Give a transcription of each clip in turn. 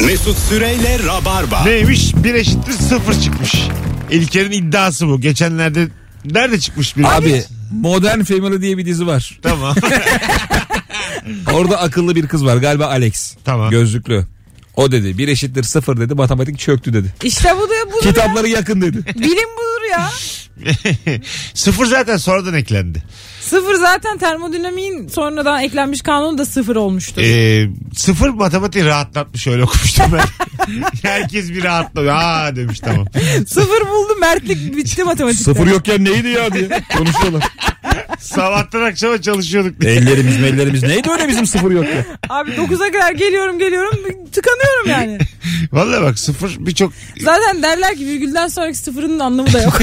Mesut Süreyle Rabarba. Neymiş? 1 eşittir 0 çıkmış. İlker'in iddiası bu. Geçenlerde nerede çıkmış bir? Abi Modern Family diye bir dizi var. Tamam. Orada akıllı bir kız var galiba, Alex. Tamam. Gözlüklü. O dedi 1 eşittir 0 dedi, matematik çöktü dedi. İşte budur Kitapları yakın dedi. Bilim budur ya. 0 zaten sonradan eklendi. 0 zaten termodinamiğin sonradan eklenmiş kanunu da 0 olmuştur. 0 matematiği rahatlatmış, öyle okumuştum ben. Herkes bir rahatlıyor. Aa demiş, tamam. 0 buldu, mertlik bitti matematikte. 0 yokken neydi ya diye konuşuyorlar. Sabahtan akşama çalışıyorduk diye. Ellerimiz neydi öyle bizim 0 yokken. Abi 9'a kadar geliyorum tıkanıyorum yani. Vallahi bak 0 birçok... Zaten derler ki virgülden sonraki sıfırın anlamı da yok.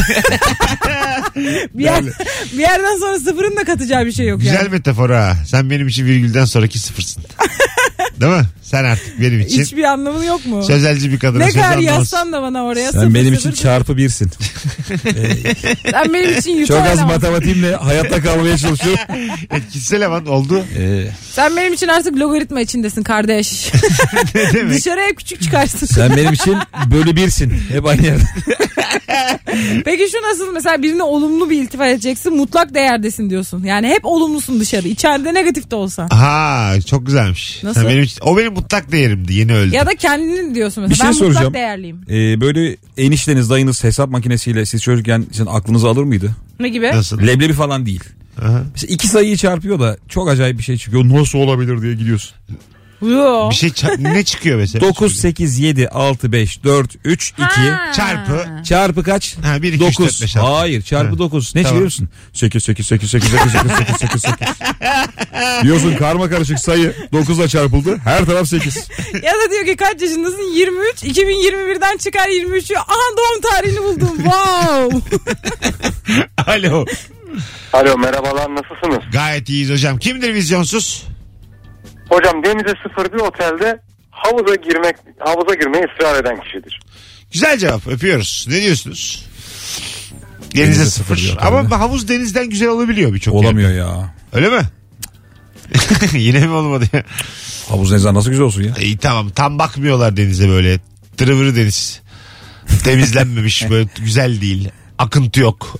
bir yerden sonra sıfırın da katacağı bir şey yok Güzel yani. metafor ha. Sen benim için virgülden sonraki 0'sın. Değil mi? Sen artık benim için. Hiçbir anlamı yok mu? Sözelci bir kadına ne söz kadar anlamaz. yazsan da bana oraya Sen sıfır, benim sıfır, için çarpı 1'sin. Sen benim için Çok az yutarlamazsın. matematiğimle hayatta kalmaya çalışıyorum. Etkisiz eleman oldu. Sen benim için artık logaritma içindesin kardeş. Ne demek? Dışarıya küçük çıkarsın. Sen benim için bölü 1'sin. Hep aynı yerde. Peki şu nasıl, mesela birine olumlu bir iltifat edeceksin, mutlak değerdesin diyorsun. Yani hep olumlusun dışarı. İçeride negatif de olsa. Ha, çok güzelmiş. Nasıl? Sen benim için, o benim mutlak değerimdi. Yeni öldü. Ya da kendini diyorsun mesela. Bir şey Ben soracağım. mutlak değerliyim. Böyle enişteniz, dayınız hesap makinesiyle siz çocukken sizin aklınızı alır mıydı? Ne gibi? Nasıl? Leblebi falan değil. Aha. Mesela 2 sayıyı çarpıyor da çok acayip bir şey çıkıyor. Nasıl olabilir diye gidiyorsun. Yo. Bir şey ne çıkıyor mesela? 9, 8, 7, 6, 5, 4, 3, 2. Ha. Çarpı. Çarpı kaç? Ha, 1, 2, 3, 4, 9. 5, 6. Hayır, çarpı Ha. 9. Ne Tamam. çıkıyor musun? 8, 8, 8, 8, 8, 8, 8, 8, 8. Diyorsun karma karışık sayı 9'la çarpıldı. Her taraf 8. Ya da diyor ki kaç yaşındasın? 23. 2021'den çıkar 23'ü. Aha, doğum tarihini buldum. Wow. Alo. Alo, merhabalar, nasılsınız? Gayet iyiyiz hocam. Kimdir vizyonsuz? Hocam denize sıfır bir otelde havuza girmeye ısrar eden kişidir. Güzel cevap. Öpüyoruz. Ne diyorsunuz? Denize sıfır. diyor Ama tabii. havuz denizden güzel olabiliyor birçok Olamıyor yerde. ya. Öyle mi? Yine mi olmadı ya? Havuz denizden nasıl güzel olsun ya? İyi, tamam. Tam bakmıyorlar denize böyle. Tırıvırı deniz. Temizlenmemiş, böyle güzel değil. Akıntı yok.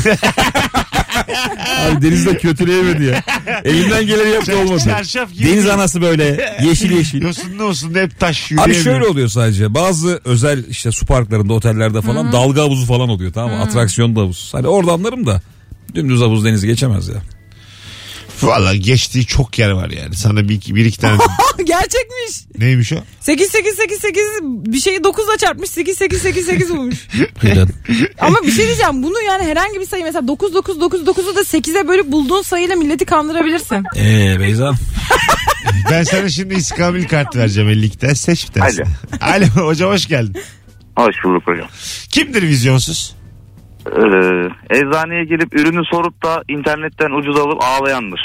Abi denizde kötüleyemedi ya. Elinden geleni yaptı olmadı. Çarşaf gibi. Deniz anası böyle yeşil yeşil. Yosunlu olsun hep taş Abi yürüyemiyor. şöyle oluyor sadece. Bazı özel işte su parklarında, otellerde falan dalga havuzu falan oluyor, tamam mı? Atraksiyonlu havuz. Hani orada anlarım da dümdüz havuz denizi geçemez ya. Valla geçtiği çok yer var yani. Sana bir iki tane. Gerçekmiş. Neymiş o? 8 8 8 8 bir şeyi 9'la çarpmış, 8 8 8 8 bulmuş. Neden? Ama bir şey diyeceğim, bunu yani herhangi bir sayı, mesela 9 9 9 9'u da 8'e bölüp bulduğun sayıyla milleti kandırabilirsin. Beyza. Ben sana şimdi iskambil kartı vereceğim 52 tane. Seç bir tanesini. Alo hocam, hoş geldin. Hoş bulduk hocam. Kimdir vizyonsuz? Eczaneye gelip ürünü sorup da internetten ucuz alıp ağlayandır.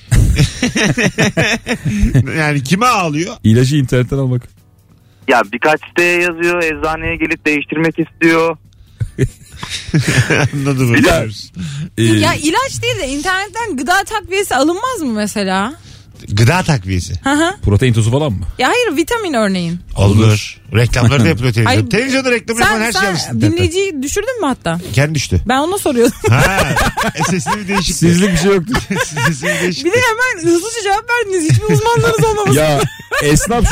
Yani kime ağlıyor? İlacı internetten almak. Ya birkaç siteye yazıyor, eczaneye gelip değiştirmek istiyor. Anladım. Biliyoruz. Ya ilaç değil de internetten gıda takviyesi alınmaz mı mesela? Gıda takviyesi. Protein tozu falan mı? Ya hayır, vitamin örneğin. Olur. Reklamları da yapılıyor televizyonda. Hayır. Televizyonda reklamı yapan her şey alırsın. Sen dinleyiciyi düşürdün mü hatta? Kendi düştü. Ben ona soruyordum. Ha, sesini bir değişik. Sizlik bir şey yoktu. Sesini değişik. Bir de hemen hızlıca cevap verdiniz. Hiçbir uzmanlarınız olmaması. Ya esnaf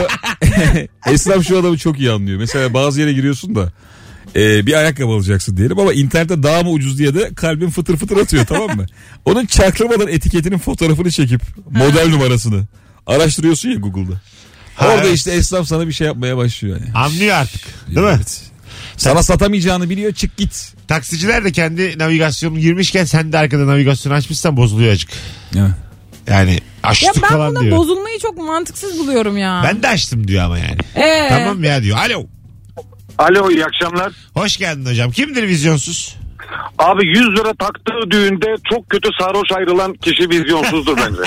şu adamı çok iyi anlıyor. Mesela bazı yere giriyorsun da bir ayakkabı alacaksın diyelim ama internette daha mı ucuz diye de kalbin fıtır fıtır atıyor, tamam mı? Onun çaktırmadan etiketinin fotoğrafını çekip model numarasını araştırıyorsun ya Google'da. Orada evet. işte esnaf sana bir şey yapmaya başlıyor yani. Anlıyor artık. Değil mi? Evet. Sana satamayacağını biliyor, çık git. Taksiciler de kendi navigasyonunu girmişken sen de arkada navigasyonu açmışsan bozuluyor azıcık. Evet. Yani Ya açtık ben falan buna diyor. bozulmayı çok mantıksız buluyorum ya. Ben de açtım diyor ama yani. Tamam ya diyor. Alo. Alo, iyi akşamlar. Hoş geldin hocam. Kimdir vizyonsuz? Abi 100 lira taktığı düğünde çok kötü sarhoş ayrılan kişi vizyonsuzdur bence.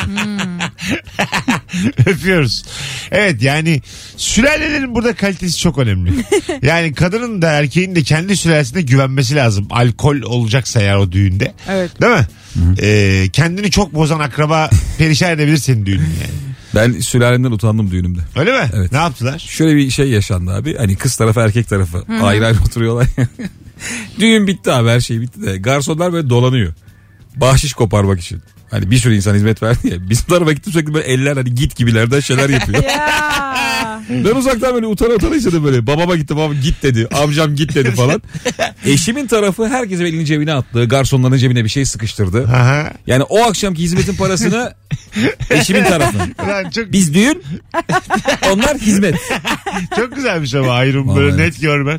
Öpüyoruz. Evet, yani sülalelerin burada kalitesi çok önemli. Yani kadının da erkeğin de kendi sülalesine güvenmesi lazım. Alkol olacaksa eğer o düğünde. Evet. Değil mi? Kendini çok bozan akraba perişan edebilir senin düğünün yani. Ben sülalemden utandım düğünümde. Öyle mi? Evet. Ne yaptılar? Şöyle bir şey yaşandı abi. Hani kız tarafı erkek tarafı ayrı ayrı oturuyorlar. Düğün bitti abi, her şey bitti de. Garsonlar böyle dolanıyor. Bahşiş koparmak için. Hani bir sürü insan hizmet verdi ya. Bizim tarafa gittim, sürekli böyle eller hani git gibilerden şeyler yapıyor. Ya. Ben uzaktan böyle utana izledim böyle. Babama gitti, babam git dedi. Amcam git dedi falan. Eşimin tarafı herkese elini cebine attı. Garsonların cebine bir şey sıkıştırdı. Aha. Yani o akşamki hizmetin parasını eşimin tarafı. Ulan çok, Biz düğün, onlar hizmet. çok güzelmiş ama ayrım Vallahi böyle evet. net görmen.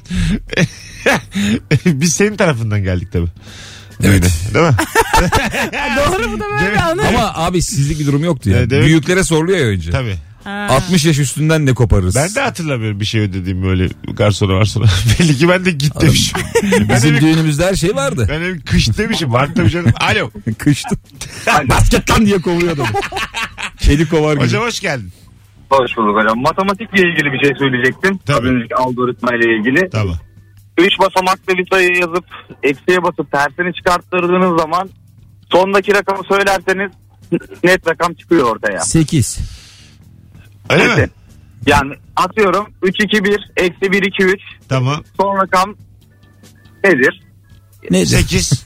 Biz senin tarafından geldik tabii. Evet. Değil mi? Doğru, bu da böyle bir anı. Ama abi sizlik bir durum yoktu ya. Evet, evet. Büyüklere soruluyor ya önce. Tabii. Ha. 60 yaş üstünden ne koparırız? Ben de hatırlamıyorum bir şey ödediğim böyle garsona var sonra. Belli ki ben de git demişim. Bizim düğünümüzde her şey vardı. Ben de kış demişim. Var tabii canım. Alo. Kıştı. Basket lan diye kovuyor adamı. Kedi kovar gibi. Hocam hoş geldin. Hoş bulduk hocam. Matematikle ilgili bir şey söyleyecektim. Tabii. Az önceki algoritmayla ilgili. Tamam. 3 basamaklı bir sayıyı yazıp eksiye basıp tersini çıkarttırdığınız zaman sondaki rakamı söylerseniz net rakam çıkıyor ortaya. 8. Öyle mi? Evet. Yani atıyorum 3 2 1 eksi 1 2 3 Tamam. son rakam nedir? Nedir? 8.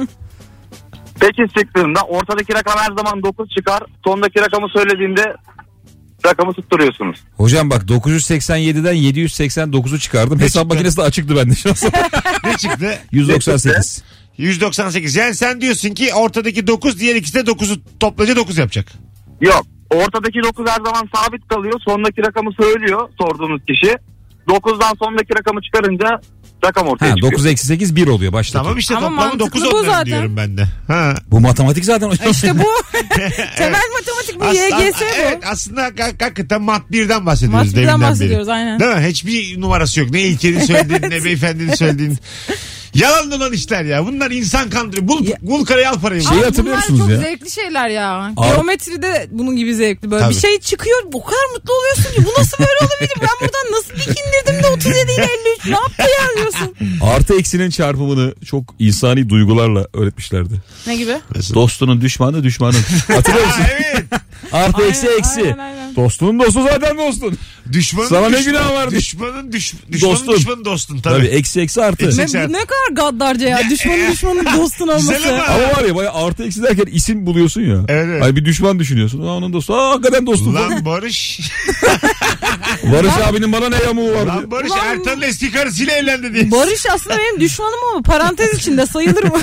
8 çıktığında ortadaki rakam her zaman 9 çıkar. Sondaki rakamı söylediğinde rakamı tutturuyorsunuz. Hocam bak 987'den 789'u çıkardım. Hesap çıktı? makinesi de açıktı bende şu an. Ne çıktı? 198. 198. Yani sen diyorsun ki ortadaki 9, diğer ikisi de 9'u toplayınca 9 yapacak. Yok. Ortadaki 9 her zaman sabit kalıyor. Sondaki rakamı söylüyor sorduğunuz kişi. 9'dan sondaki rakamı çıkarınca rakam ortaya Ha, çıkıyor. 9 eksi 8 1 oluyor baştaki. Tamam işte Ama toplamı mantıklı 9 bu onların zaten. diyorum ben de. Ha. Bu matematik zaten hocam. İşte bu. Temel matematik, bu YGS bu. Evet, aslında hakikaten mat 1'den bahsediyoruz Mat birden deminden bahsediyoruz, beri. aynen. Değil mi? Hiçbir numarası yok. Ne İlker'in söylediğini ne beyefendinin söylediğini. Yalan dolan işler ya. Bunlar insan kandırıyor. Bul karayı al parayı. Şey Ama hatırlıyor bunlar musunuz çok ya? zevkli şeyler ya. Abi- Geometride bunun gibi zevkli. Böyle Tabii. bir şey çıkıyor, o kadar mutlu oluyorsun ki bu nasıl böyle olabilir? Ben buradan nasıl dik indirdim de 37 ile 53 ne yaptı ya diyorsun. Artı eksinin çarpımını çok insani duygularla öğretmişlerdi. Ne gibi? Dostunun düşmanı düşmanın. Hatırlıyor musun? Evet. Artı eksi eksi. Aynen. Dostunun dostu zaten dostun. Düşmanın Sana ne düşmanı- günah vardı? Düşmanın Dostun. düşmanın dostun tabii. Tabii eksi eksi artı. Eksi- Ne, Seksen. bu ne kadar gaddarca ya. Düşmanın dostun olması. Güzel ama. Ama var ya baya artı eksi derken isim buluyorsun ya. Evet, evet. Hani bir düşman düşünüyorsun. Aa, onun dostu. Aa, hakikaten dostum. Lan Barış. Barış abinin bana ne yamuğu var diye. Lan Barış Ulan- Ertan'ın eski karısıyla evlendi diye. Barış aslında benim düşmanım ama parantez içinde sayılır mı?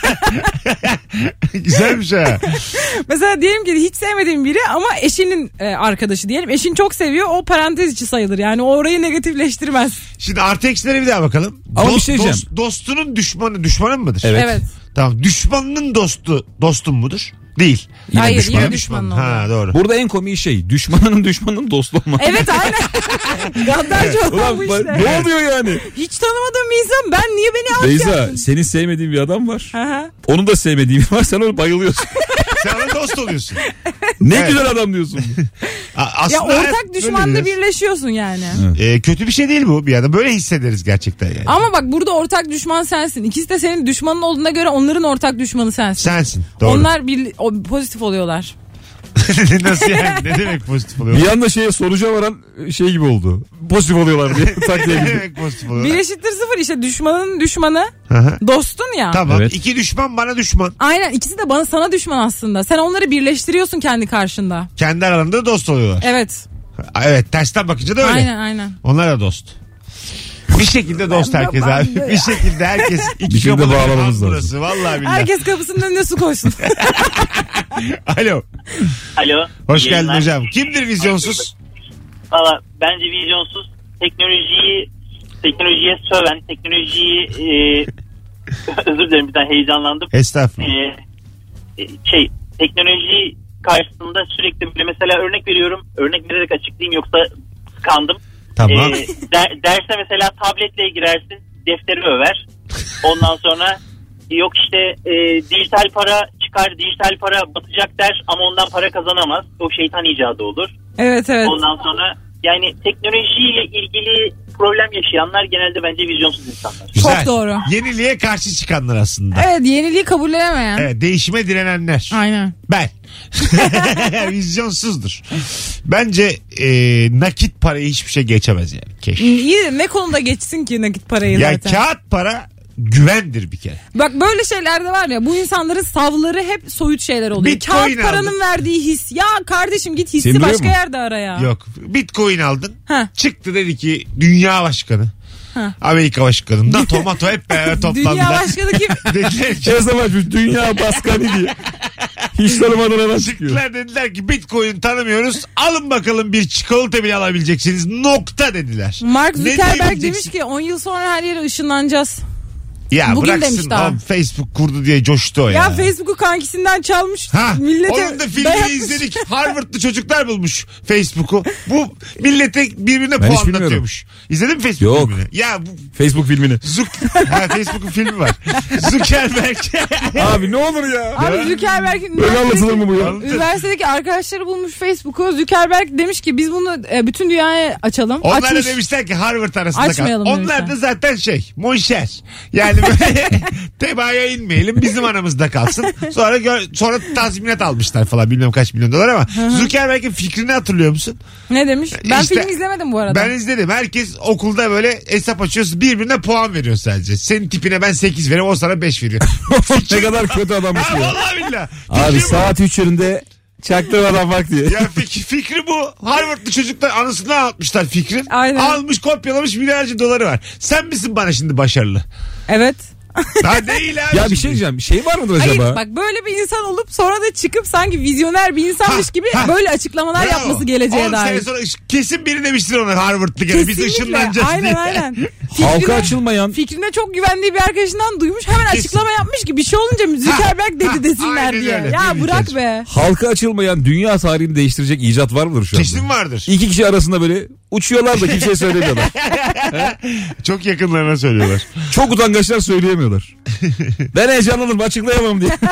Güzelmiş ha. Mesela diyelim ki hiç sevmediğim biri ama eşinin arkadaşı diyelim. Eşin çok seviyor, o parantez içi sayılır. Yani o orayı negatifleştirmez. Şimdi artı eksilere bir daha bakalım. Ama bir şey diyeceğim. Dostunun düşmanın mıdır? Evet. Evet. Tamam. Düşmanının dostun mudur? Değil. Yine Hayır, düşman. yine düşmanın oluyor. Ha doğru. Burada en komiği şey düşmanın dostu olmak. Evet aynen. Gaddarcı olan Ulan bu işte. ne oluyor yani? Hiç tanımadığım bir insan, ben niye beni alt Beyza yaptın? senin sevmediğin bir adam var. Hı hı. Onun da sevmediği biri var. Sen ona bayılıyorsun. Sen ona dost oluyorsun. Ne Evet. güzel adam diyorsun. Aslında Ya hayat ortak düşmanla böyledir. birleşiyorsun yani. Kötü bir şey değil bu bir yana. Böyle hissederiz gerçekten yani. Ama bak burada ortak düşman sensin. İkisi de senin düşmanın olduğuna göre onların ortak düşmanı sensin. Sensin. Doğru. Onlar pozitif oluyorlar. Nasıl yani? Ne demek pozitif oluyor? Bir anda sonuca varan şey gibi oldu. Pozitif oluyorlar diye tak diye Ne gidiyor. demek pozitif oluyor? 1 eşittir 0 işte, düşmanın düşmanı Hı hı. dostun ya. Tamam. Evet. İki düşman bana düşman. Aynen, ikisi de sana düşman aslında. Sen onları birleştiriyorsun kendi karşında. Kendi aralarında dost oluyorlar. Evet. Evet. Tersten bakınca da öyle. Aynen. Onlar da dost. Bir şekilde dost herkes ben abi. de Bir şekilde herkes iki Bir şekilde kapalı bağlamamız an lazım. burası. Vallahi billahi. Herkes kapısının önüne su koysun. Alo. Alo. Hoş İyi geldin yayınlar. hocam. Kimdir vizyonsuz? Valla bence vizyonsuz, teknolojiye söven, özür dilerim, bir tane heyecanlandım. Estağfurullah. Teknoloji karşısında sürekli böyle, mesela örnek veriyorum, örnek vererek açıklayayım yoksa kandım. Tamam. Derse mesela tabletle girersin, defteri över. Ondan sonra yok işte dijital para çıkar, dijital para batacak der ama ondan para kazanamaz. O şeytan icadı olur. Evet. Ondan sonra Yani teknolojiyle ilgili problem yaşayanlar genelde bence vizyonsuz insanlar. Güzel. Çok doğru. Yeniliğe karşı çıkanlar aslında. Evet, yeniliği kabullenemeyen. Evet, değişime direnenler. Aynen. Ben. Vizyonsuzdur. Bence nakit parayı hiçbir şey geçemez yani. Keş. İyi de ne konuda geçsin ki nakit parayı Ya zaten. kağıt para güvendir bir kere. Bak böyle şeylerde var ya, bu insanların savları hep soyut şeyler oluyor. Bitcoin Kağıt paranın aldın. verdiği his. Ya kardeşim git hissi Seni biliyor başka mu? yerde ara ya. Yok. Bitcoin aldın. Ha. Çıktı dedi ki dünya başkanı. Ha. Amerika başkanı. NATO mato hep beraber toplandılar. Dünya başkanı kim? Dediler ki, Ne zaman şu dünya başkanı diye. Hiç tanımadan hemen çıkıyor. çıktılar dediler ki Bitcoin tanımıyoruz. Alın bakalım bir çikolata bile alabileceksiniz. Nokta dediler. Mark Ne Zuckerberg diyebileceksin? demiş ki 10 yıl sonra her yere ışınlanacağız. Ya Bugün bıraksın demiş daha. oğlum, Facebook kurdu diye coştu o ya. Ya Facebook'u kankisinden çalmış. Ha, Millete onun da filmini dayatmış. izledik. Harvard'lı çocuklar bulmuş Facebook'u. Bu millete birbirine Ben hiç puanlatıyormuş. İzledin mi Facebook Yok. filmini? Ya bu Facebook filmini. Facebook'un filmi var. Zuckerberg. Abi ne olur ya. Abi Zuckerberg'in Böyle anlatılır mı bu ya? üniversitedeki arkadaşları bulmuş Facebook'u. Zuckerberg demiş ki biz bunu bütün dünyaya açalım. Onlar da Açmış. demişler ki Harvard arasında kal. Açmayalım Onlar demişler. da zaten monşer. Yani böyle tebaaya inmeyelim, bizim aramızda kalsın. Sonra tazminat almışlar falan, bilmem kaç milyon dolar ama Zuckerberg'in fikrini hatırlıyor musun? Ne demiş? Ben İşte, film izlemedim bu arada. Ben izledim. Herkes okulda böyle hesap açıyorsun, birbirine puan veriyor sadece. Senin tipine ben 8 veriyorum, o sana 5 veriyor. Ne kadar kötü adammış Ha, ya. vallahi billahi. Abi Fikri bu. saat 3 yönünde çaktırmadan bak diye. Ya fikri bu. Harvard'lı çocuklar anısını anlatmışlar fikrin. Aynen. Almış, kopyalamış, milyarca doları var. Sen misin bana şimdi başarılı? Evet. Ha değil abi. Ya bir şimdi. şey diyeceğim. Şey var mıdır Hayır acaba? bak, böyle bir insan olup sonra da çıkıp sanki vizyoner bir insanmış Ha, gibi ha. böyle açıklamalar Bravo. yapması geleceğe 10 dair. sene sonra kesin biri demiştir ona Harvard'lı gene. Biz Kesinlikle. ışınlanacağız Aynen diye. aynen. Halka açılmayan Fikrine çok güvendiği bir arkadaşından duymuş, hemen Kesin. açıklama yapmış ki bir şey olunca Zuckerberg dedi desinler aynen diye. öyle. Ya Değil mi bırak İlker'cim? be. halka açılmayan dünya tarihini değiştirecek icat var mıdır şu anda? Kesin vardır. İki kişi arasında böyle uçuyorlar da kimseye söylemiyorlar. Çok yakınlarına söylüyorlar. Çok utangaçlar söyleyemiyorlar. Ben heyecanlanırım, açıklayamam diye.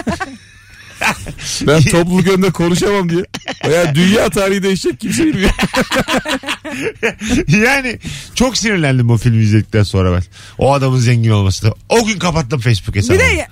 Ben topluluk önünde konuşamam diye. Ya dünya tarihi değişecek, kimse bilmiyor. Yani çok sinirlendim bu filmi izledikten sonra ben. O adamın zengin olmasına. O gün kapattım Facebook hesabımı. Bir de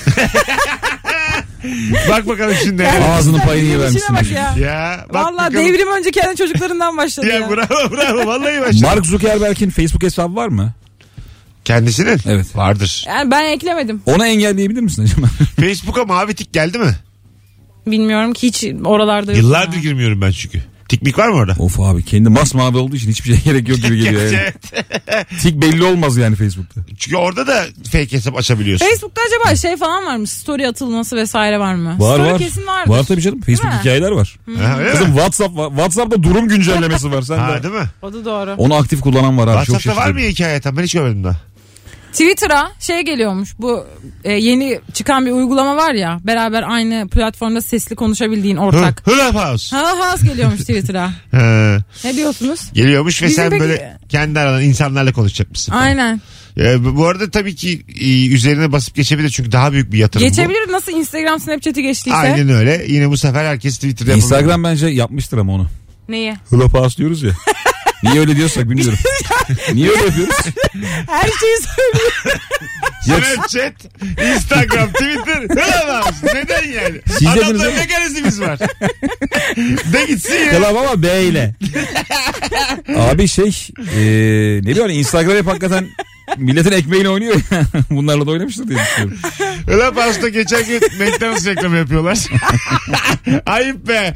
Bak bakalım şimdi. Ağzının payını işine yiyivermişsin. bak ya. Ya bak Vallahi bakalım. devrim önce kendi çocuklarından başladı ya. Ya bravo vallahi başladı. Mark Zuckerberg'in Facebook hesabı var mı? Kendisinin? Evet. Vardır. Yani ben eklemedim. Onu engelleyebilir misin acaba? Facebook'a mavi tik geldi mi? Bilmiyorum ki, hiç oralarda yok. Yıllardır girmiyorum ben çünkü. Tikmik var mı orada? Of abi, kendi masmavi olduğu için hiçbir şeye gerek yok gibi geliyor. Yani. Evet. Tik belli olmaz yani Facebook'ta. Çünkü orada da fake hesap açabiliyorsun. Facebook'ta acaba şey falan var mı? Story atılması vesaire var mı? Var Story var. kesin vardır. Var tabii canım. Facebook mi? hikayeler var. Ha, öyle Kızım mi? WhatsApp var. WhatsApp'ta durum güncellemesi var. Sen Ha, de. değil mi? O da doğru. Onu aktif kullanan var abi. Çok WhatsApp'ta var şaşırdım. mı hikaye tam? Ben hiç görmedim daha. Twitter'a şey geliyormuş, bu yeni çıkan bir uygulama var ya, beraber aynı platformda sesli konuşabildiğin ortak. Clubhouse. House geliyormuş Twitter'a. Ha. Ne diyorsunuz? Geliyormuş ve Bizim sen peki- böyle kendi aradan insanlarla konuşacakmışsın. Aynen. Bu arada tabii ki üzerine basıp geçebilir çünkü daha büyük bir yatırım bu. Geçebilir, nasıl Instagram Snapchat'i geçtiyse. Aynen öyle. Yine bu sefer herkes Twitter'da yapabilir. Instagram bence yapmıştır ama onu. Neyi? Clubhouse diyoruz ya. Niye öyle diyorsak bilmiyorum. Niye öyle yapıyoruz? Her şeyi söylüyor. Snapchat, Instagram, Twitter. Clubhouse. Neden yani? Siz dediniz Adamda ama. ne garizimiz var? De gitsin ya. Club ama B ile. Abi ne bileyim, Instagram hep hakikaten milletin ekmeğini oynuyor. Bunlarla da oynamıştır diye düşünüyorum. Clubhouse'da geçen gün McDonald's reklamı yapıyorlar. Ayıp be.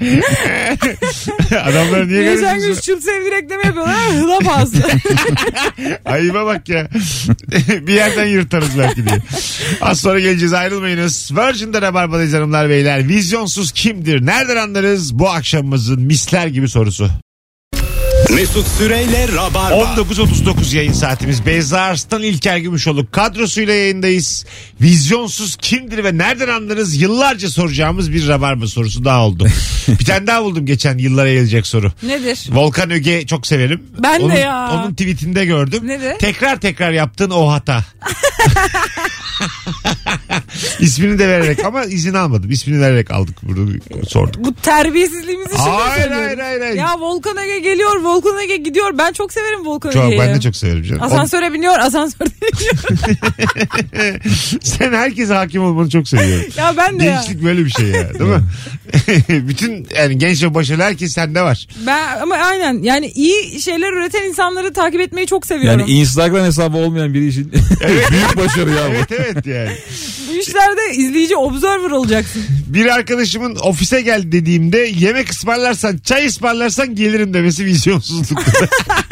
Adamlar niye Geçen gün garizimiz var? şut sevdi reklamı yapıyorlar. Hılapaz. Ayıba bak ya. Bir yerden yırtarız belki diye. Az sonra geleceğiz, ayrılmayınız. Virgin'de Rabarba'dayız hanımlar beyler. Vizyonsuz kimdir? Nereden anlarız? Bu akşamımızın misler gibi sorusu. Mesut Süreyle Rabarba. 19.39 yayın saatimiz. Beyza Arslan, İlker Gümüşoluk kadrosuyla yayındayız. Vizyonsuz kimdir ve nereden anlarız? Yıllarca soracağımız bir Rabarba sorusu daha oldu. Bir tane daha buldum geçen, yıllara yayılacak soru. Nedir? Volkan Öge çok severim. Ben de ya. Onun tweetinde gördüm. Nedir? Tekrar yaptığın o hata. İsmini de vererek ama izin almadım. İsmini vererek aldık burada sorduk. Bu terbiyesizliğimizi şimdi Hayır, söylüyorum. hayır. Ya Volkan Ege geliyor, Volkan Ege gidiyor. Ben çok severim Volkan Çok, Ege'yi. ben de çok severim canım. Asansöre biniyor, asansörde iniyor. Sen herkese hakim olmanı çok seviyorum. Ya ben de ya. Gençlik böyle bir şey ya, değil mi? Bütün yani genç ve başarılı herkes sende var. Ben ama aynen yani iyi şeyler üreten insanları takip etmeyi çok seviyorum. Yani Instagram hesabı olmayan biri için büyük başarı ya bu. Evet yani. Bu işlerde izleyici observer olacaksın. Bir arkadaşımın ofise gel dediğimde yemek ısmarlarsan, çay ısmarlarsan gelirim demesi vizyonsuzluktur.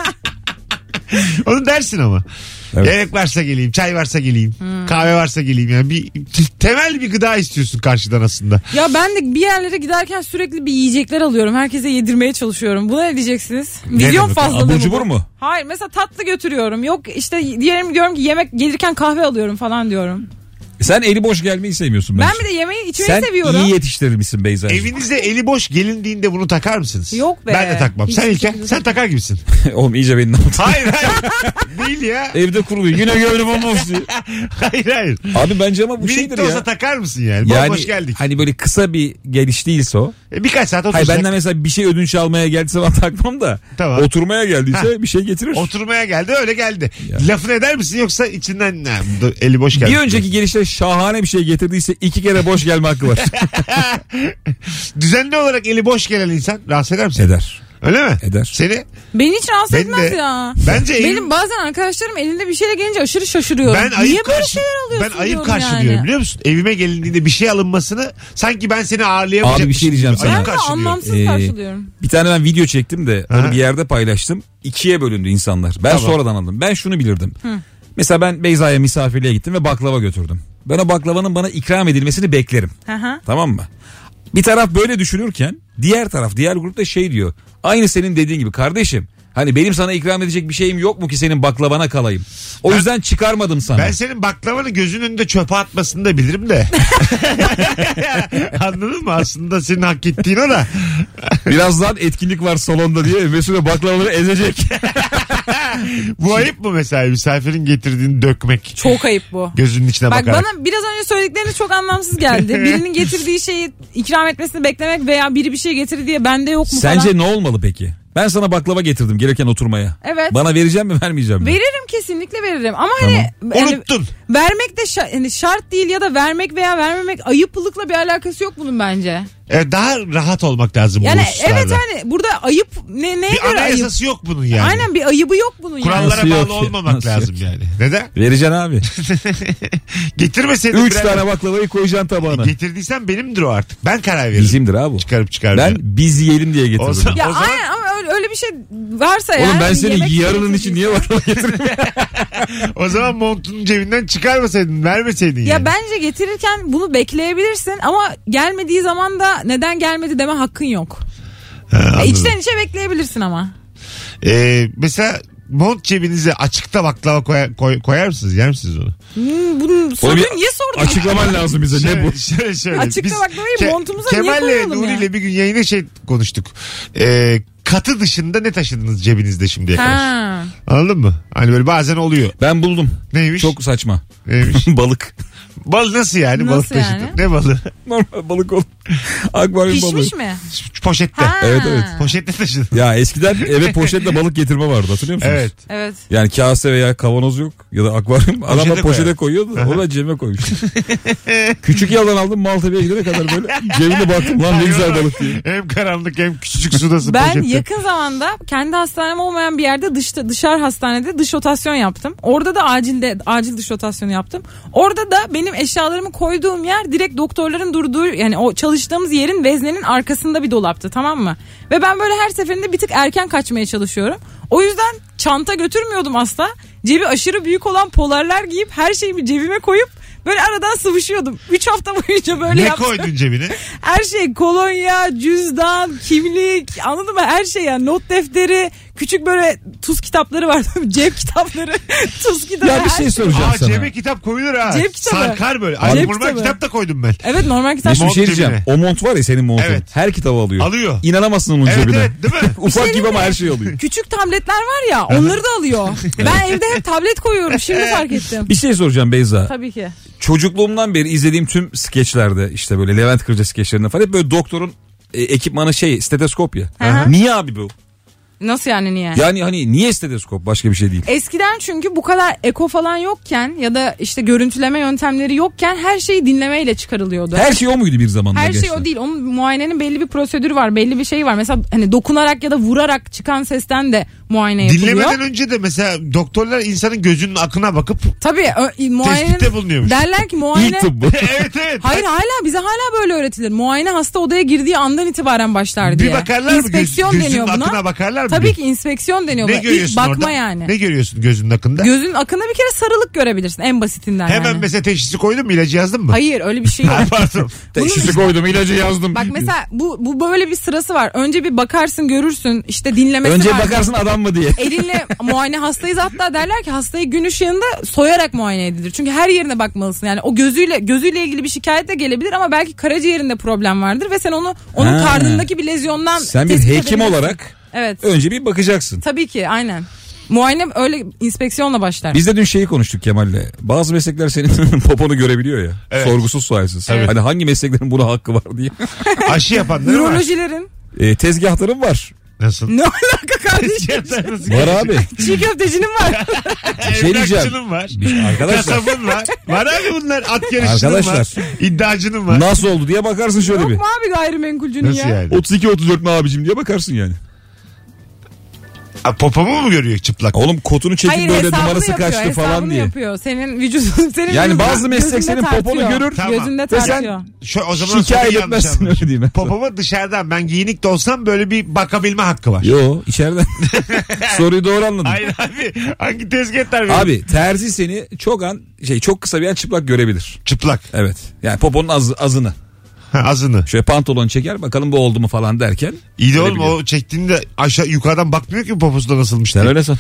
Onu dersin ama. Evet. Yemek varsa geleyim, çay varsa geleyim, kahve varsa geleyim. Yani bir temel bir gıda istiyorsun karşıdan aslında. Ya ben de bir yerlere giderken sürekli bir yiyecekler alıyorum. Herkese yedirmeye çalışıyorum. Buna ne diyeceksiniz? Vizyon demek? fazlalığı Abur cubur bu. mu? Hayır mesela tatlı götürüyorum. Yok işte diyorum ki yemek gelirken kahve alıyorum falan diyorum. Sen eli boş gelmeyi sevmiyorsun bence. Ben bir de yemeği içmeyi Sen seviyorum. iyi yetiştirilmişsin Beyza'cığım. Evinize eli boş gelindiğinde bunu takar mısınız? Yok be. Ben de takmam. Hiç Sen İlker, şekilde sen takar gibisin. Oğlum iyice beni anladın. Hayır. Değil ya. Evde kuruluyor. Yine gönlüm olmaz diye. Hayır. Abi bence ama bu Minik şeydir de olsa ya. takar mısın yani? Yani Bomboş geldik. hani böyle kısa bir geliş değilse o. Birkaç saat Hayır oturacak. benden mesela bir şey ödünç almaya geldiyse ben takmam da. Tamam. Oturmaya geldiyse bir şey getirir. Oturmaya geldi, öyle geldi. Lafını eder misin yoksa içinden eli boş geldi? Bir önceki gelişte şahane bir şey getirdiyse 2 kere boş gelme hakkı var. Düzenli olarak eli boş gelen insan rahatsız eder misin? Eder. Öyle mi? Eder. Seni? Beni hiç rahatsız Ben etmez de- ya. Bence Benim bazen arkadaşlarım elinde bir şeyle gelince aşırı şaşırıyorum. Ben Niye ayıp böyle karşı, şeyler alıyorsun ben ayıp diyorum karşılıyorum yani. biliyor musun? Evime gelindiğinde bir şey alınmasını sanki ben seni ağırlayamayacakmışım. Abi bir şey diyeceğim gibi sana. ayıp Ben de karşılıyorum. anlamsız karşılıyorum. Bir tane ben video çektim de Aha. onu bir yerde paylaştım. 2'ye bölündü insanlar. Ben Tamam. sonradan anladım. Ben şunu bilirdim. Mesela ben Beyza'ya misafirliğe gittim ve baklava götürdüm. Ben o baklavanın bana ikram edilmesini beklerim. Hı hı. Tamam mı? Bir taraf böyle düşünürken diğer grupta şey diyor. Aynı senin dediğin gibi kardeşim. Hani benim sana ikram edecek bir şeyim yok mu ki senin baklavana kalayım? O yüzden çıkarmadım sana. Ben senin baklavanı gözünün önünde çöpe atmasını da bilirim de. Anladın mı? Aslında senin hak ettiğin o da. Birazdan etkinlik var salonda diye Mesut'a baklavaları ezecek. Bu ayıp mı mesela misafirin getirdiğini dökmek? Çok ayıp bu. Gözünün içine Bak bakarak. bana biraz önce söyledikleriniz çok anlamsız geldi. Birinin getirdiği şeyi ikram etmesini beklemek veya biri bir şey getirdi diye bende yok mu Sence falan. ne olmalı peki? Ben sana baklava getirdim gelirken oturmaya. Evet. Bana vereceğim mi vermeyeceğim mi? Veririm, kesinlikle veririm ama hani Unuttun. vermek de hani şart değil ya da vermek veya vermemek ayıplıkla bir alakası yok bunun bence. Daha rahat olmak lazım Yani bu hususlarda. evet hani burada ayıp neye Bir göre ayıp? anayasası yok bunun yani. Aynen, bir ayıbı yok bunun yani. Kurallara Nasıl yok bağlı ya? olmamak Nasıl lazım yok? yani. Neden? Vereceksin abi. Getirmeseydin 3 birer- tane baklavayı koyacaksın tabağına. Getirdiysen benimdir o artık. Ben karar veririm. Bizimdir abi bu. Çıkarıp Ben çıkaracağım. biz yiyelim diye getirdim. Olsa- Ya O zaman- aynen ama öyle bir şey varsa Oğlum yani. ben senin yemek yarının yemek için niye baklava getirdim? O zaman montunun cebinden çıkarmasaydın, vermeseydin Ya yani. bence getirirken bunu bekleyebilirsin ama gelmediği zaman da neden gelmedi deme hakkın yok. Anladım. İçten içe bekleyebilirsin ama. Mesela mont cebinize açıkta baklava koyar mısınız? Yer misiniz onu? Bunu soruyu niye sordun? Açıklaman lazım bize ne bu? Şöyle. Açıkta Biz baklavayı montumuza niye Kemal'le koyalım Nuri ya? ile bir gün yayına konuştuk. Katı dışında ne taşıdınız cebinizde şimdiye kadar? Ha. Anladın mı? Hani böyle bazen oluyor. Ben buldum. Neymiş? Çok saçma. Neymiş? Balık. Bal nasıl yani? Nasıl Balık taşıdın. yani? Ne balığı? Normal balık ol. Akvaryum balığı. Pişmiş mi? Poşette. Ha. Evet, evet. Poşette taşıdın. Ya eskiden eve poşetle balık getirme vardı hatırlıyor musunuz? Evet. Evet. Yani kase veya kavanoz yok ya da akvaryum. Adam da poşete koyuyordu. O da cebime koymuş. Küçük yaldan aldım Maltepe'ye gidene kadar böyle cebine baktım lan ne güzel balık diye. Hem karanlık hem küçücük sudasın Ben poşette. yakın zamanda kendi hastanem olmayan bir yerde dışarı hastanede dış rotasyon yaptım. Orada da acil dış rotasyonu yaptım. Orada da benim eşyalarımı koyduğum yer direkt doktorların durduğu, yani o çalıştığımız yerin veznenin arkasında bir dolaptı, tamam mı? Ve ben böyle her seferinde bir tık erken kaçmaya çalışıyorum. O yüzden çanta götürmüyordum asla. Cebi aşırı büyük olan polarlar giyip her şeyimi cebime koyup böyle aradan sıvışıyordum. 3 hafta boyunca böyle Ne yaptım. koydun cebine? Her şey, kolonya, cüzdan, kimlik, anladın mı? Her şey yani, not defteri, küçük böyle tuz kitapları var. Cep kitapları. Tuz kitabı. Ya bir şey soracağım sana. Cebe kitap koyulur ha. Cep kitabı. Sarkar böyle. Cep Normal kitabı. kitap da koydum ben. Evet normal kitap. Mesut bir şey Mont diyeceğim. cebine. O mont var ya senin montun. Evet. Her kitabı alıyor. Alıyor. İnanamazsın onun Evet cebine. evet değil mi? Ufak gibi ama her şeyi alıyor. Küçük tabletler var ya onları da alıyor. Ben evde hep tablet koyuyorum. Şimdi fark ettim. Bir şey soracağım Beyza. Tabii ki. Çocukluğumdan beri izlediğim tüm skeçlerde işte böyle Levent Kırca skeçlerinde falan hep böyle doktorun ekipmanı stetoskop ya. Hı. Niye abi bu? Nasıl yani niye? Yani hani niye stetoskop, başka bir şey değil. Eskiden çünkü bu kadar eko falan yokken ya da işte görüntüleme yöntemleri yokken her şey dinlemeyle çıkarılıyordu. Her şey o muydu bir zamanlar? Her şey gerçekten? o değil. Onun muayenenin belli bir prosedürü var. Belli bir şey var. Mesela hani dokunarak ya da vurarak çıkan sesten de muayene yapılıyor. Dinlemeden önce de mesela doktorlar insanın gözünün akına bakıp Tabii tespitte bulunuyormuş. derler ki muayene. İlk tıbbı. evet evet. Hayır bize hala böyle öğretilir. Muayene hasta odaya girdiği andan itibaren başlar diye. Bir bakarlar mı? İnspeksiyon Gözünün deniyor buna. akına bakarlar mı? Tabii ki inspeksiyon deniyor Ne buna. görüyorsun İlk bakma orada? yani. Ne görüyorsun gözünün akında? Gözün akında bir kere sarılık görebilirsin en basitinden Hemen yani. mesela teşhisi koydun mu, ilacı yazdın mı? Hayır öyle bir şey yok. Pardon. Teşhisi koydum, ilacı yazdım. Bak mesela bu böyle bir sırası var. Önce bir bakarsın görürsün işte dinlemesi Önce var. bakarsın adam mı diye. Elinle muayene hastayız, hatta derler ki hastayı gün ışığında soyarak muayene edilir. Çünkü her yerine bakmalısın. Yani o gözüyle ilgili bir şikayet de gelebilir ama belki karaciğerinde problem vardır ve sen onun Ha. karnındaki bir lezyondan Sen bir tespit hekim edebilirsin. olarak Evet. önce bir bakacaksın. Tabii ki aynen. Muayene öyle inspeksiyonla başlar. Biz de dün şeyi konuştuk Kemal'le. Bazı meslekler senin poponu görebiliyor ya. Evet. Sorgusuz sualsiz. Evet. Hani hangi mesleklerin buna hakkı var diye. Aşı yapanları var. Ürolojilerin. Tezgahtarın var. Nasıl? Ne alaka kardeşim? Var abi. Çiğ köftecinin var. Şey diyeceğim. Emlakçının var. Arkadaşlar Kasabın var. Var abi bunlar. At yarışçının Arkadaşlar. var. İddiacının var. nasıl oldu diye bakarsın şöyle Yok bir. mu abi gayrimenkulcünün Nasıl ya? yani? 32-34 mi abicim diye bakarsın yani. Popomu mu görüyor çıplak? Oğlum kotunu çekip Hayır, böyle hesabını numarası yapıyor, kaçtı falan hesabını diye. yapıyor. Senin vücudun senin Yani vücudun bazı meslek gözünde senin poponu tartıyor. görür. Tamam. Gözünde Ve sen tartıyor. O zaman şikayet soruyu yanlış etmezsin, anlamışım. öyle diyeyim ben. Popomu dışarıdan ben giyinik de olsam böyle bir bakabilme hakkı var. Yo içeriden. Soruyu doğru anladın. Hayır abi. Hangi tezgahlar benim? Abi terzi seni çok kısa bir an çıplak görebilir. Çıplak. Evet. Yani poponun azını. Azını. Şöyle pantolon çeker bakalım bu oldu mu falan derken. İyi de oğlum görebiliyor. o çektiğinde aşağı yukarıdan bakmıyor ki poposu da nasılmış Sen diye. öyle san.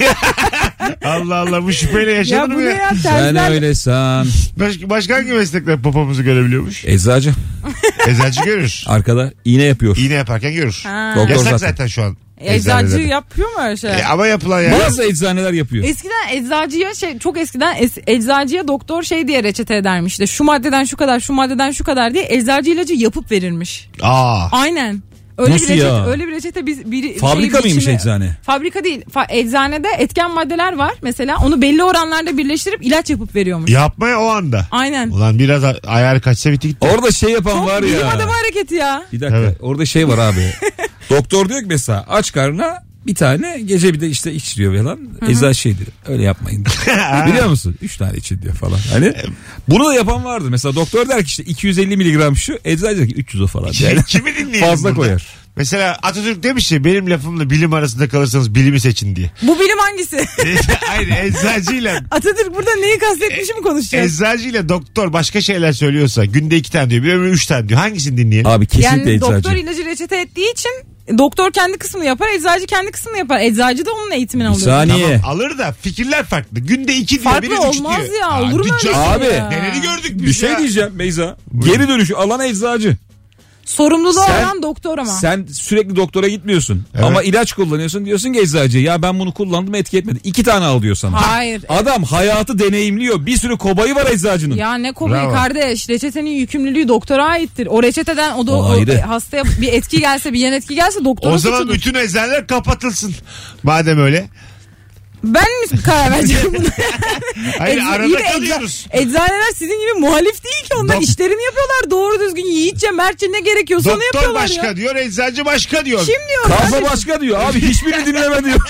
Allah Allah bu şüpheyle Ya yaşadın bu mı ne ya? ya Sen terziler. öyle san. Başka hangi meslekler popomuzu görebiliyormuş? Eczacı. Eczacı görür. Arkada iğne yapıyor. İğne yaparken görür. Ha. Doktor Yasak zaten. zaten şu an. Eczacı eczanelerde. yapıyor mu öyle şey? Ama yapılan yani. Bazı eczaneler yapıyor. Eskiden eczacıya çok eskiden eczacıya doktor diye reçete edermiş. İşte şu maddeden şu kadar, şu maddeden şu kadar diye eczacı ilacı yapıp verirmiş. Aa. Aynen. Öyle Nasıl bir reçete, ya? öyle bir reçete Fabrika mıymış eczane? Fabrika değil. Eczanede etken maddeler var mesela. Onu belli oranlarda birleştirip ilaç yapıp veriyormuş. Yapmaya o anda. Aynen. Ulan biraz ayar kaçsa bitti gitti. Orada şey yapan Çok var bilim ya. adamı hareketi ya. Bir dakika. Evet. Orada şey var abi. Doktor diyor ki mesela aç karnına bir tane gece bir de işte iç diyor falan. Eczacı şey diyor. Öyle yapmayın. Biliyor musun? 3 tane için diyor falan. Hani bunu da yapan vardı. Mesela doktor der ki işte 250 miligram şu. Eczacı der ki 300 o falan. Yani Kimi dinleyelim fazla burada? koyar. Mesela Atatürk demiş ya benim lafımla bilim arasında kalırsanız bilimi seçin diye. Bu bilim hangisi? Hayır eczacıyla Atatürk burada neyi kastetmiş mi konuşacağız? eczacıyla doktor başka şeyler söylüyorsa günde 2 tane diyor bir ömrü 3 tane diyor. Hangisini dinleyelim? Abi kesinlikle Yani eczacı. doktor ilacı reçete ettiği için doktor kendi kısmını yapar, eczacı kendi kısmını yapar. Eczacı da onun eğitimini Bir alıyor. saniye. Tamam, alır da fikirler farklı. Günde 2 diyor Farklı biri 3 diyor. olmaz ya, olur mu öyle Abi, şey ya? Neleri gördük biz Bir şey ya. diyeceğim Beyza. Geri dönüşü alan eczacı. Sorumluluğu Sen- olan doktor ama. Sen sürekli doktora gitmiyorsun. Evet. Ama ilaç kullanıyorsun. Diyorsun ki eczacıya ya ben bunu kullandım etki etmedi. 2 tane al diyor sana. Hayır. Adam hayatı deneyimliyor. Bir sürü kobayı var eczacının. Ya ne kobayı Bravo. kardeş. Reçetenin yükümlülüğü doktora aittir. O reçeteden O ayrı. hastaya bir etki gelse, bir yan etki gelse doktora O zaman suçudur. bütün eczaneler kapatılsın. Madem öyle. Ben mi karar vereceğim bunu? Hayır Ecza- arada yine kalıyoruz. Eczaneler sizin gibi muhalif değil ki. Onlar işlerini yapıyorlar doğru düzgün. Yiğitçe, mertçe ne gerekiyorsa onu Doktor yapıyorlar başka ya. diyor, eczacı başka diyor. Kim diyor? Kafa başka diyor. Abi hiçbirini dinleme diyor.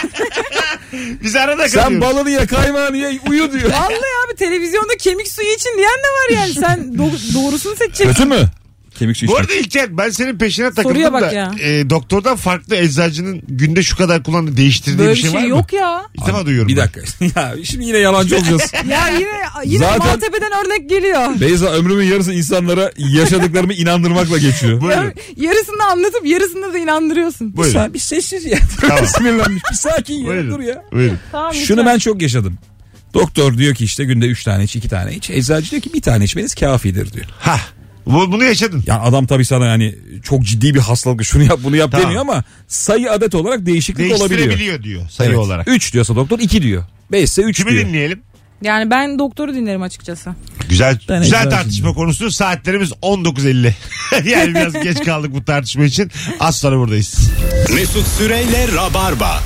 Biz arada Sen kalıyoruz. balını ye kaymağını ye uyu diyor. Vallahi abi televizyonda kemik suyu için diyen de var yani. Sen doğrusunu seçeceksin. Kötü mü? kemik suyu Bu içmek. arada İlker, ben senin peşine Soruya takıldım bak da ya. doktordan farklı eczacının günde şu kadar kullandığı değiştirdiği Böyle bir şey var mı? yok ya. İlk defa duyuyorum. Bir ben. dakika. Ya şimdi yine yalancı olacağız. Ya yine Zaten- Maltepe'den örnek geliyor. Beyza, ömrümün yarısı insanlara yaşadıklarımı inandırmakla geçiyor. Buyurun. Yarısını anlatıp yarısını da inandırıyorsun. Buyurun. Bir sessiz ya. Tamam. Sinirlenmiş. Bir sakin ya. Buyurun. Dur ya. Buyurun. Tamam, Şunu lütfen. ben çok yaşadım. Doktor diyor ki işte günde 3 tane iç, 2 tane iç. Eczacı diyor ki bir tane içmeniz kafidir diyor. Ha. Bunu yaşadın. Yani adam tabii sana yani çok ciddi bir hastalık, şunu yap bunu yap Tamam. demiyor ama sayı adet olarak değişiklik olabiliyor. Değiştirebiliyor diyor sayı Evet. olarak. 3 diyorsa doktor 2 diyor. 5 ise 3 Kimi diyor. dinleyelim? Yani ben doktoru dinlerim açıkçası. Güzel Ben güzel eczacıyım. tartışma konusu. Saatlerimiz 19.50. Yani biraz geç kaldık bu tartışma için. Az sonra buradayız. Mesut Süreyle Rabarba.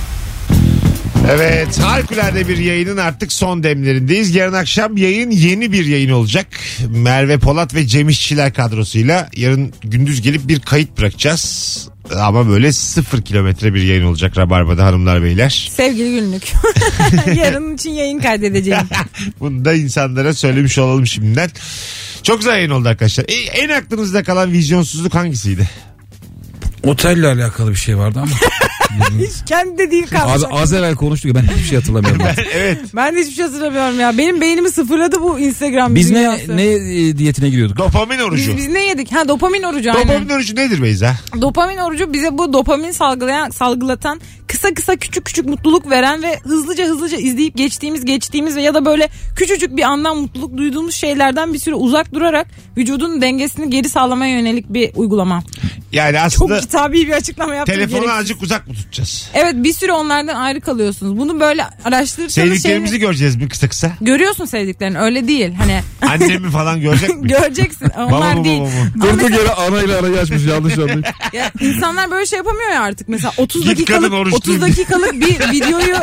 Evet, harikulade bir yayının artık son demlerindeyiz. Yarın akşam yeni bir yayın olacak. Merve Polat ve Cem İşçiler kadrosuyla yarın gündüz gelip bir kayıt bırakacağız. Ama böyle 0 kilometre bir yayın olacak Rabarba'da hanımlar beyler. Sevgili günlük. Yarın için yayın kaydedeceğim. Bunu da insanlara söylemiş olalım şimdiden. Çok güzel yayın oldu arkadaşlar. En aklınızda kalan vizyonsuzluk hangisiydi? Otelle alakalı bir şey vardı ama. Hiç kendi de değil kalmış. Abi az evvel konuştuk ya, ben hiçbir şey hatırlamıyorum. Evet. Ben de hiçbir şey hatırlamıyorum ya. Benim beynimi sıfırladı bu Instagram Biz dünyası. ne diyetine giriyorduk? Dopamin orucu. Biz ne yedik? Ha, dopamin orucu aynen. Dopamin orucu nedir Beyza? Dopamin orucu bize bu dopamin salgılatan, kısa küçük mutluluk veren ve hızlıca izleyip geçtiğimiz ve ya da böyle küçücük bir andan mutluluk duyduğumuz şeylerden bir süre uzak durarak vücudun dengesini geri sağlamaya yönelik bir uygulama. Yani Çok aslında kitabi bir açıklama yaptım. telefonu gereksiz. azıcık uzak mı tutacağız? Evet, bir süre onlardan ayrı kalıyorsunuz. Bunu böyle araştırırsanız Sevdiklerimizi göreceğiz mi kısa? görüyorsun sevdiklerini, öyle değil. Hani Annemi falan görecek mi? göreceksin. Onlar Babamı, değil. babamı. Ama Durduk mesela- yere anayla arayı açmış, yanlış anlayıp. Ya insanlar böyle şey yapamıyor ya artık. Mesela 30 Git kadın dakikalık oruçluyum. 30 dakikalık bir videoyu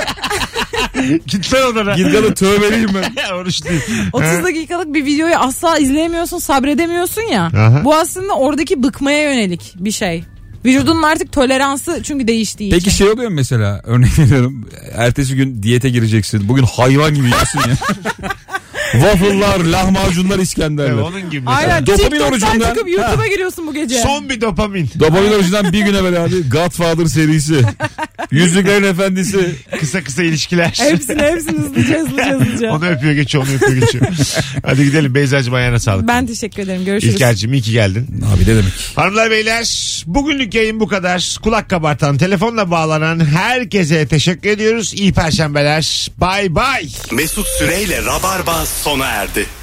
Git lan odana. Git kadın tövbeliyim ben. Oruçluyum. 30 dakikalık bir videoyu asla izleyemiyorsun, sabredemiyorsun ya. Aha. Bu aslında oradaki bıkmaya yönelik bir şey. Vücudunun artık toleransı çünkü değiştiği Peki için. şey oluyor mu mesela, örnek veriyorum, ertesi gün diyete gireceksin. Bugün hayvan gibi yiyorsun ya. Waffle'lar, lahmacunlar, Evet, İskenderler. onun gibi mesela. Aynen. Dopamin TikTok'tan orucundan- çıkıp YouTube'a giriyorsun bu gece. Son bir dopamin. Dopamin orucundan bir gün evvel abi Godfather serisi. Yüzüklerin Efendisi. Kısa ilişkiler. Hepsini hızlıca. Onu öpüyor geçiyor, onu öpüyor geçiyor. Hadi gidelim Beyza'cığım, ayağına sağlık. Ben teşekkür ederim. Görüşürüz. İlker'cim iyi ki geldin. Abi ne demek? Hanımlar beyler, bugünlük yayın bu kadar. Kulak kabartan, telefonla bağlanan herkese teşekkür ediyoruz. İyi perşembeler. Bay bay. Mesut Süreyle Rabarba sona erdi.